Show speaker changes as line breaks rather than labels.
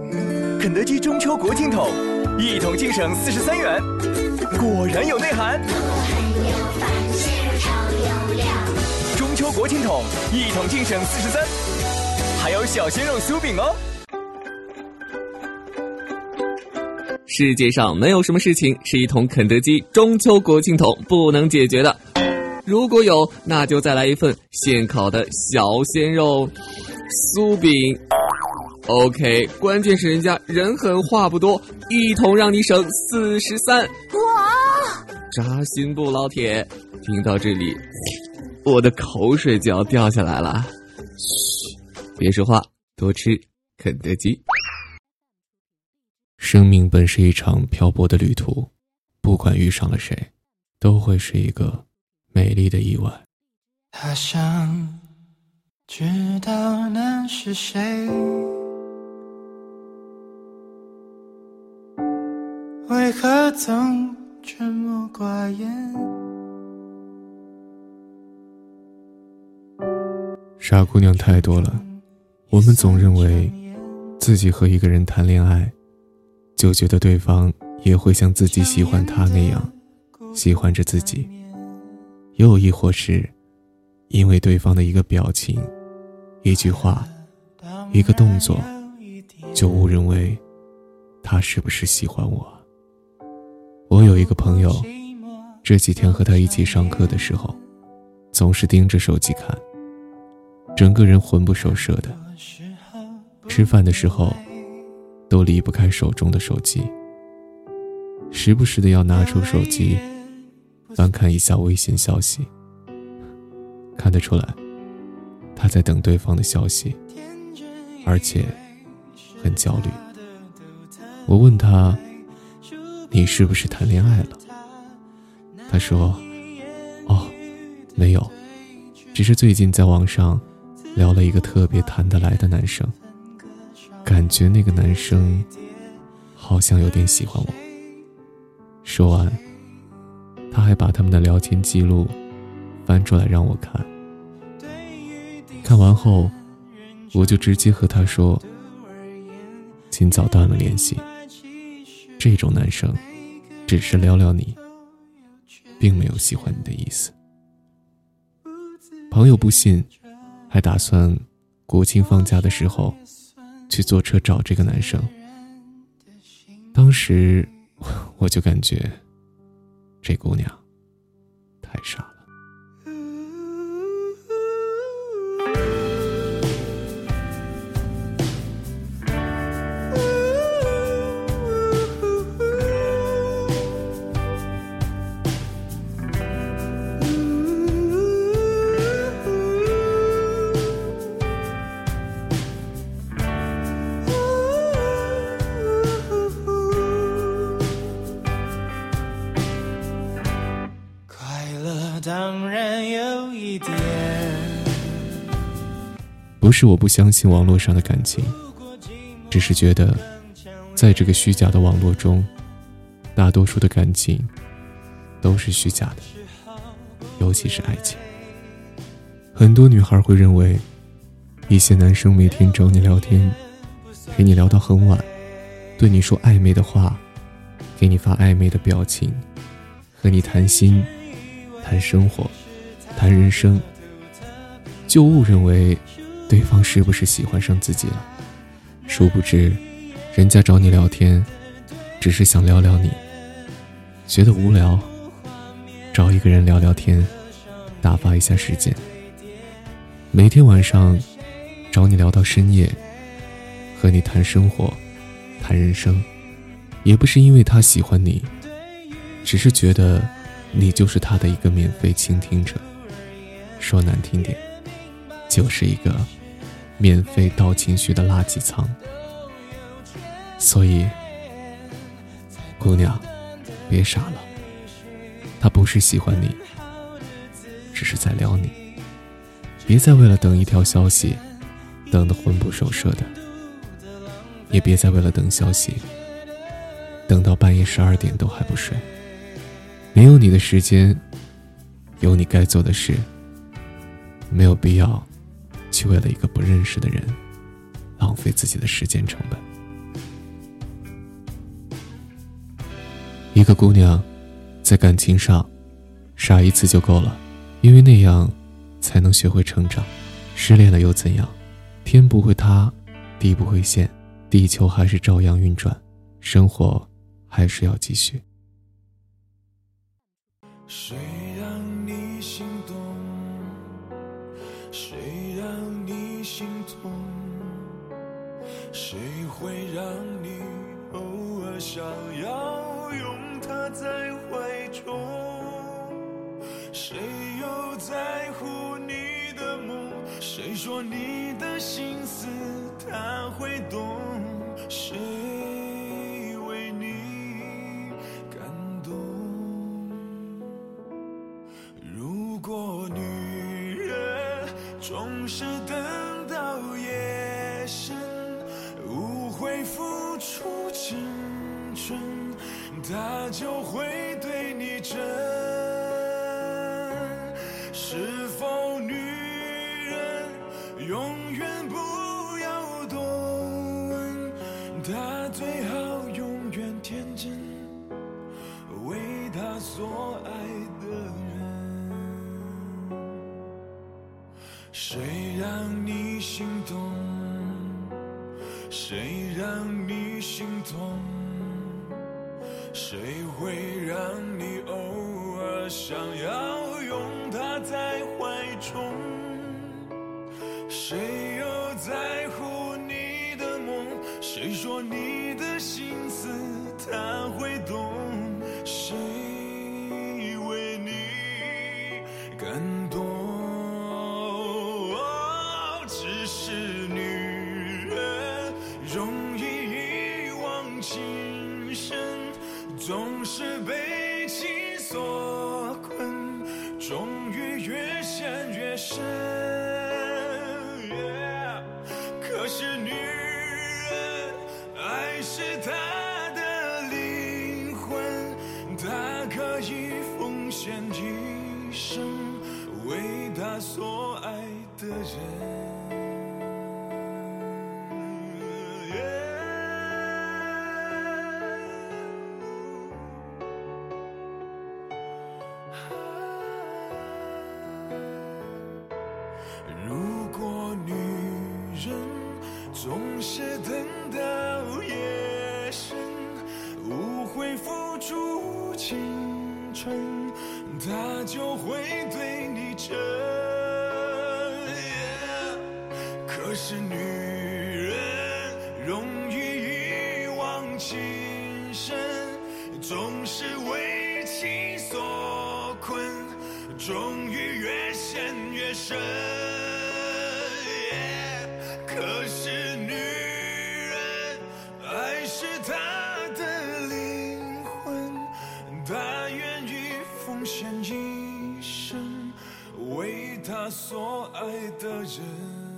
肯德基中秋国庆桶，一桶净省43元，果然有内涵。中秋国庆桶，一桶净省43，还有小鲜肉酥饼哦。
世界上没有什么事情是一桶肯德基中秋国庆桶不能解决的，如果有，那就再来一份现烤的小鲜肉酥饼。OK， 关键是人家人狠话不多，一桶让你省43。
哇，
扎心不，老铁？听到这里，我的口水就要掉下来了。嘘，别说话，多吃肯德基。生命本是一场漂泊的旅途，不管遇上了谁，都会是一个美丽的意外。
他想知道那是谁，为何总沉默寡言？
傻姑娘太多了，我们总认为自己和一个人谈恋爱，就觉得对方也会像自己喜欢他那样喜欢着自己，又亦或是因为对方的一个表情、一句话、一个动作，就误认为他是不是喜欢我。我有一个朋友，这几天和他一起上课的时候，总是盯着手机看，整个人魂不守舍的。吃饭的时候都离不开手中的手机，时不时的要拿出手机翻看一下微信消息，看得出来他在等对方的消息，而且很焦虑。我问他，你是不是谈恋爱了？他说，哦，没有，只是最近在网上聊了一个特别谈得来的男生，感觉那个男生好像有点喜欢我。说完，他还把他们的聊天记录翻出来让我看。看完后，我就直接和他说，尽早断了联系。这种男生只是撩撩你，并没有喜欢你的意思。朋友不信，还打算国庆放假的时候去坐车找这个男生。当时我就感觉这姑娘太傻了。
当然有一点，
不是我不相信网络上的感情，只是觉得在这个虚假的网络中，大多数的感情都是虚假的，尤其是爱情。很多女孩会认为，一些男生每天找你聊天，陪你聊到很晚，对你说暧昧的话，给你发暧昧的表情，和你谈心谈生活谈人生，就误认为对方是不是喜欢上自己了。殊不知人家找你聊天只是想聊聊你，觉得无聊找一个人聊聊天，打发一下时间。每天晚上找你聊到深夜，和你谈生活谈人生，也不是因为他喜欢你，只是觉得你就是他的一个免费倾听者，说难听点，就是一个免费倒情绪的垃圾仓。所以姑娘别傻了，他不是喜欢你，只是在撩你。别再为了等一条消息等得魂不守舍的，也别再为了等消息等到半夜12点都还不睡。没有你的时间，有你该做的事，没有必要去为了一个不认识的人浪费自己的时间成本。 一个姑娘在感情上傻一次就够了，因为那样才能学会成长。失恋了又怎样？天不会塌，地不会陷，地球还是照样运转，生活还是要继续。
谁让你心动？谁让你心痛？谁会让你偶尔想要拥他在怀中？谁又在乎你的梦？谁说你的心思他会懂？谁为你感动？如果女人总是等到夜深，无悔付出青春，她就会对你真。是否女人永远不要多问，她最好永远天真，为她所爱的人。谁让你心动？谁让你心痛？谁会让你偶尔想要拥他在怀中？谁又在乎你的梦？谁说你的心思他会懂？谁为你感动？只是女人容易一往情深，总是被情所困，终于越陷越深。可是女人爱是她的灵魂，她可以奉献一生，为她所爱的人。如果女人总是等到夜深，无悔付出青春，她就会对你真。可是女人容易一往情深，总是为情所困，终于越陷越深。可是女人爱是她的灵魂，她愿意奉献一生，为她所爱的人。